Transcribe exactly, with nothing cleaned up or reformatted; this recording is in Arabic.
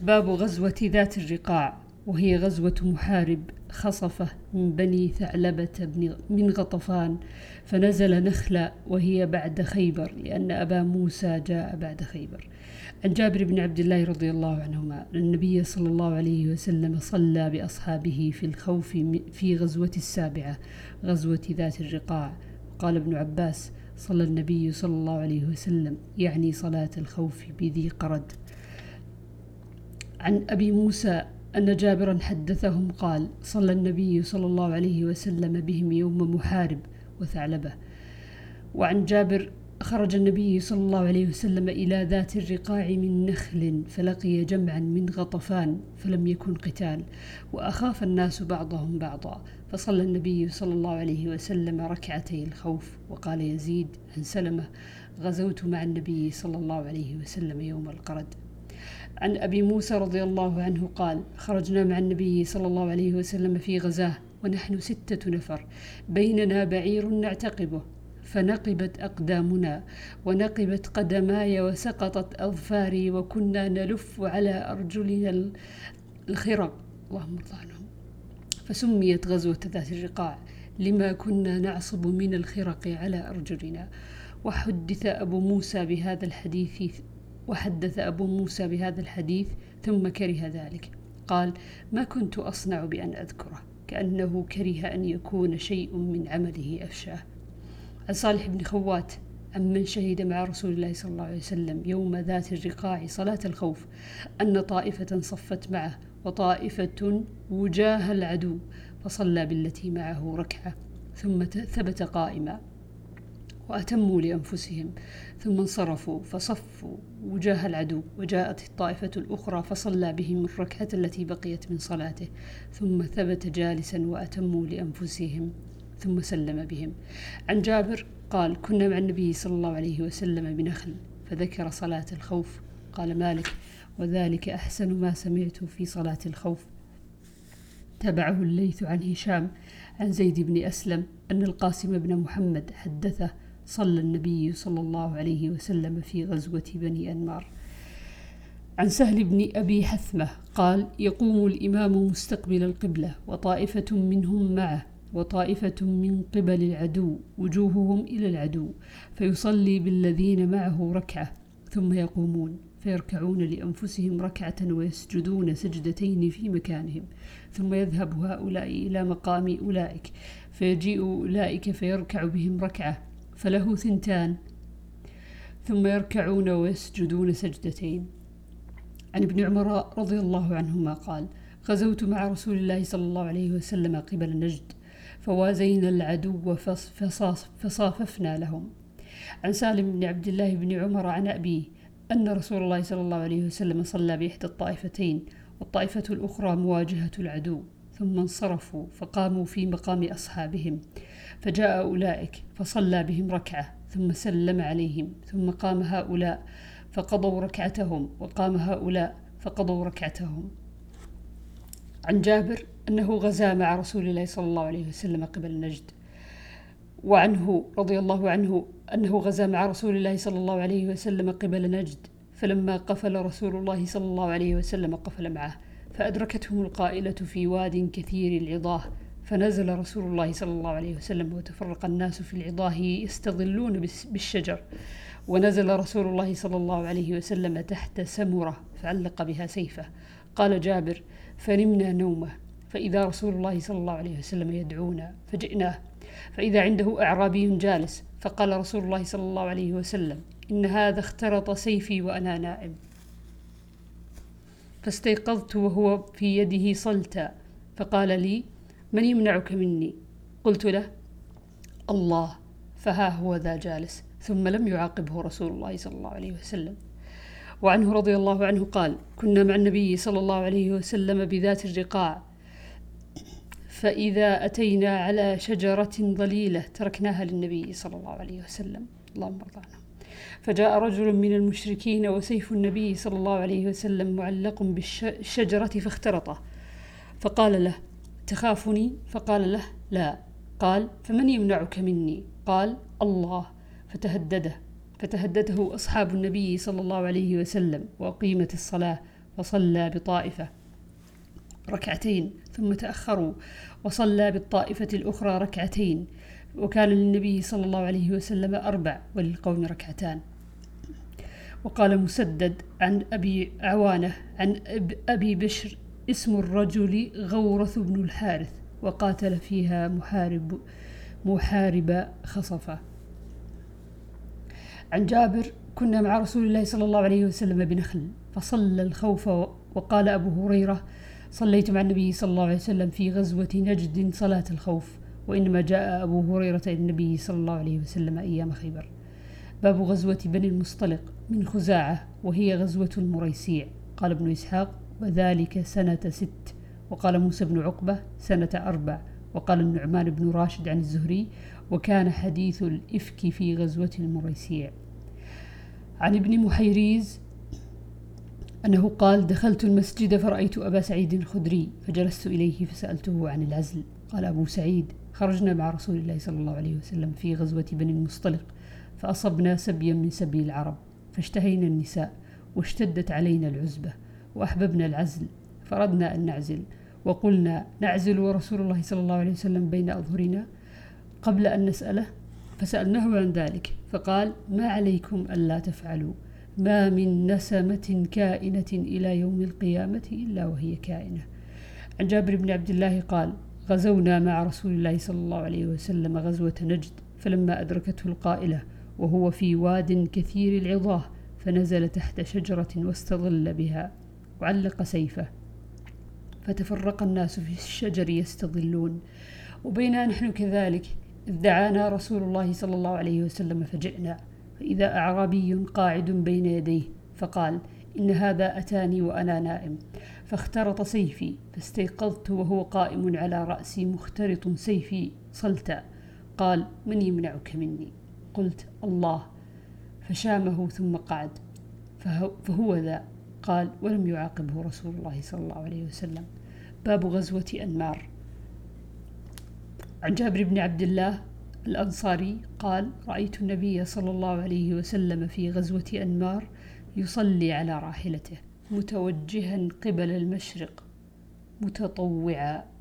باب غزوة ذات الرقاع، وهي غزوة محارب خصفة من بني ثعلبة من غطفان، فنزل نخلة وهي بعد خيبر، لأن أبا موسى جاء بعد خيبر. عن جابر بن عبد الله رضي الله عنهما أن النبي صلى الله عليه وسلم صلى بأصحابه في الخوف في غزوة السابعة، غزوة ذات الرقاع. قال ابن عباس: صلى النبي صلى الله عليه وسلم، يعني صلاة الخوف بذي قرد. عن أبي موسى أن جابرا حدثهم قال: صلى النبي صلى الله عليه وسلم بهم يوم محارب وثعلبة. وعن جابر: خرج النبي صلى الله عليه وسلم إلى ذات الرقاع من نخل، فلقي جمعا من غطفان، فلم يكن قتال، وأخاف الناس بعضهم بعضا، فصلى النبي صلى الله عليه وسلم ركعتي الخوف. وقال يزيد عن سلمة: غزوت مع النبي صلى الله عليه وسلم يوم القرد. عن أبي موسى رضي الله عنه قال: خرجنا مع النبي صلى الله عليه وسلم في غزاه ونحن ستة نفر، بيننا بعير نعتقبه، فنقبت أقدامنا ونقبت قدماي وسقطت أظفاري، وكنا نلف على أرجلنا الخرق، اللهم ارضى عنهم، فسميت غزوة ذات الرقاع لما كنا نعصب من الخرق على أرجلنا. وحدث أبو موسى بهذا الحديث وحدث أبو موسى بهذا الحديث ثم كره ذلك، قال: ما كنت أصنع بأن أذكره، كأنه كره أن يكون شيء من عمله أفشاه. عن صالح بن خوات عن من شهد مع رسول الله صلى الله عليه وسلم يوم ذات الرقاع صلاة الخوف أن طائفة صفت معه وطائفة وجاه العدو، فصلى بالتي معه ركعة ثم ثبت قائما، وأتموا لأنفسهم، ثم انصرفوا فصفوا وجاه العدو، وجاءت الطائفة الأخرى فصلى بهم الركعة التي بقيت من صلاته، ثم ثبت جالسا وأتموا لأنفسهم، ثم سلم بهم. عن جابر قال: كنا مع النبي صلى الله عليه وسلم بنخل، فذكر صلاة الخوف. قال مالك: وذلك أحسن ما سمعت في صلاة الخوف. تبعه الليث عن هشام عن زيد بن أسلم أن القاسم بن محمد حدثه: صلى النبي صلى الله عليه وسلم في غزوة بني أنمار. عن سهل بن أبي حثمة قال: يقوم الإمام مستقبل القبلة، وطائفة منهم معه، وطائفة من قبل العدو، وجوههم إلى العدو، فيصلي بالذين معه ركعة، ثم يقومون فيركعون لأنفسهم ركعة ويسجدون سجدتين في مكانهم، ثم يذهب هؤلاء إلى مقام أولئك، فيجيء أولئك فيركع بهم ركعة، فله ثنتان، ثم يركعون ويسجدون سجدتين. عن ابن عمر رضي الله عنهما قال: غزوت مع رسول الله صلى الله عليه وسلم قبل نجد، فوازينا العدو فصاففنا لهم. عن سالم بن عبد الله بن عمر عن أبيه أن رسول الله صلى الله عليه وسلم صلى بإحدى الطائفتين، والطائفة الأخرى مواجهة العدو، ثم انصرفوا فقاموا في مقام أصحابهم، فجاء أولئك فصلى بهم ركعة، ثم سلم عليهم، ثم قام هؤلاء فقضوا ركعتهم، وقام هؤلاء فقضوا ركعتهم. عن جابر أنه غزا مع رسول الله صلى الله عليه وسلم قبل نجد. وعنه رضي الله عنه أنه غزا مع رسول الله صلى الله عليه وسلم قبل نجد، فلما قفل رسول الله صلى الله عليه وسلم قفل معه، فأدركتهم القائلة في واد كثير العضاه، فنزل رسول الله صلى الله عليه وسلم، وتفرق الناس في العضاه يستظلون بالشجر، ونزل رسول الله صلى الله عليه وسلم تحت سمرة فعلق بها سيفه. قال جابر: فنمنا نومه، فإذا رسول الله صلى الله عليه وسلم يدعونا، فجئناه، فإذا عنده أعرابي جالس، فقال رسول الله صلى الله عليه وسلم: إن هذا اخترط سيفي وأنا نائم، فاستيقظت وهو في يده صلتا، فقال لي: من يمنعك مني؟ قلت له: الله، فها هو ذا جالس، ثم لم يعاقبه رسول الله صلى الله عليه وسلم. وعنه رضي الله عنه قال: كنا مع النبي صلى الله عليه وسلم بذات الرقاع، فإذا أتينا على شجرة ظليلة تركناها للنبي صلى الله عليه وسلم، اللهم ارضى عنه، فجاء رجل من المشركين وسيف النبي صلى الله عليه وسلم معلق بالشجرة فاخترطه، فقال له: تخافني؟ فقال له: لا. قال: فمن يمنعك مني؟ قال: الله. فتهدده فتهدده أصحاب النبي صلى الله عليه وسلم، وأقيمت الصلاة، فصلى بطائفة ركعتين ثم تأخروا وصلى بالطائفة الأخرى ركعتين، وكان للنبي صلى الله عليه وسلم أربع وللقوم ركعتان. وقال مسدد عن أبي عوانة عن أبي بشر اسم الرجل غورث بن الحارث، وقاتل فيها محارب محارب خصفة. عن جابر: كنا مع رسول الله صلى الله عليه وسلم بنخل فصلى الخوف، وقال أبو هريرة: صليت مع النبي صلى الله عليه وسلم في غزوة نجد صلاة الخوف، وإنما جاء أبو هريرة إلى النبي صلى الله عليه وسلم أيام خيبر. باب غزوة بني المصطلق من خزاعة، وهي غزوة المريسيع. قال ابن إسحاق: وذلك سنة ست. وقال موسى بن عقبة: سنة أربع. وقال النعمان بن راشد عن الزهري: وكان حديث الإفك في غزوة المريسيع. عن ابن محيريز أنه قال: دخلت المسجد فرأيت أبا سعيد الخدري فجلست إليه فسألته عن العزل. قال أبو سعيد: خرجنا مع رسول الله صلى الله عليه وسلم في غزوة بني المصطلق، فأصبنا سبيا من سبي العرب، فاشتهينا النساء، واشتدت علينا العزبة، وأحببنا العزل، فردنا أن نعزل، وقلنا: نعزل ورسول الله صلى الله عليه وسلم بين أظهرنا قبل أن نسأله، فسألناه عن ذلك فقال: ما عليكم ألا تفعلوا، ما من نسمة كائنة إلى يوم القيامة إلا وهي كائنة. عن جابر بن عبد الله قال: غزونا مع رسول الله صلى الله عليه وسلم غزوة نجد، فلما أدركته القائلة وهو في واد كثير العظاه، فنزل تحت شجرة واستظل بها وعلق سيفه، فتفرق الناس في الشجر يستظلون، وبينا نحن كذلك إذ دعانا رسول الله صلى الله عليه وسلم فجئنا، فإذا أعرابي قاعد بين يديه، فقال: إن هذا أتاني وأنا نائم، فاخترط سيفي، فاستيقظت وهو قائم على رأسي مخترط سيفي صلتا. قال: من يمنعك مني؟ قلت: الله. فشامه ثم قعد، فهو ذا. قال: ولم يعاقبه رسول الله صلى الله عليه وسلم. باب غزوة أنمار. عن جابر بن عبد الله الأنصاري قال: رأيت النبي صلى الله عليه وسلم في غزوة أنمار يصلي على راحلته متوجها قبل المشرق متطوعا،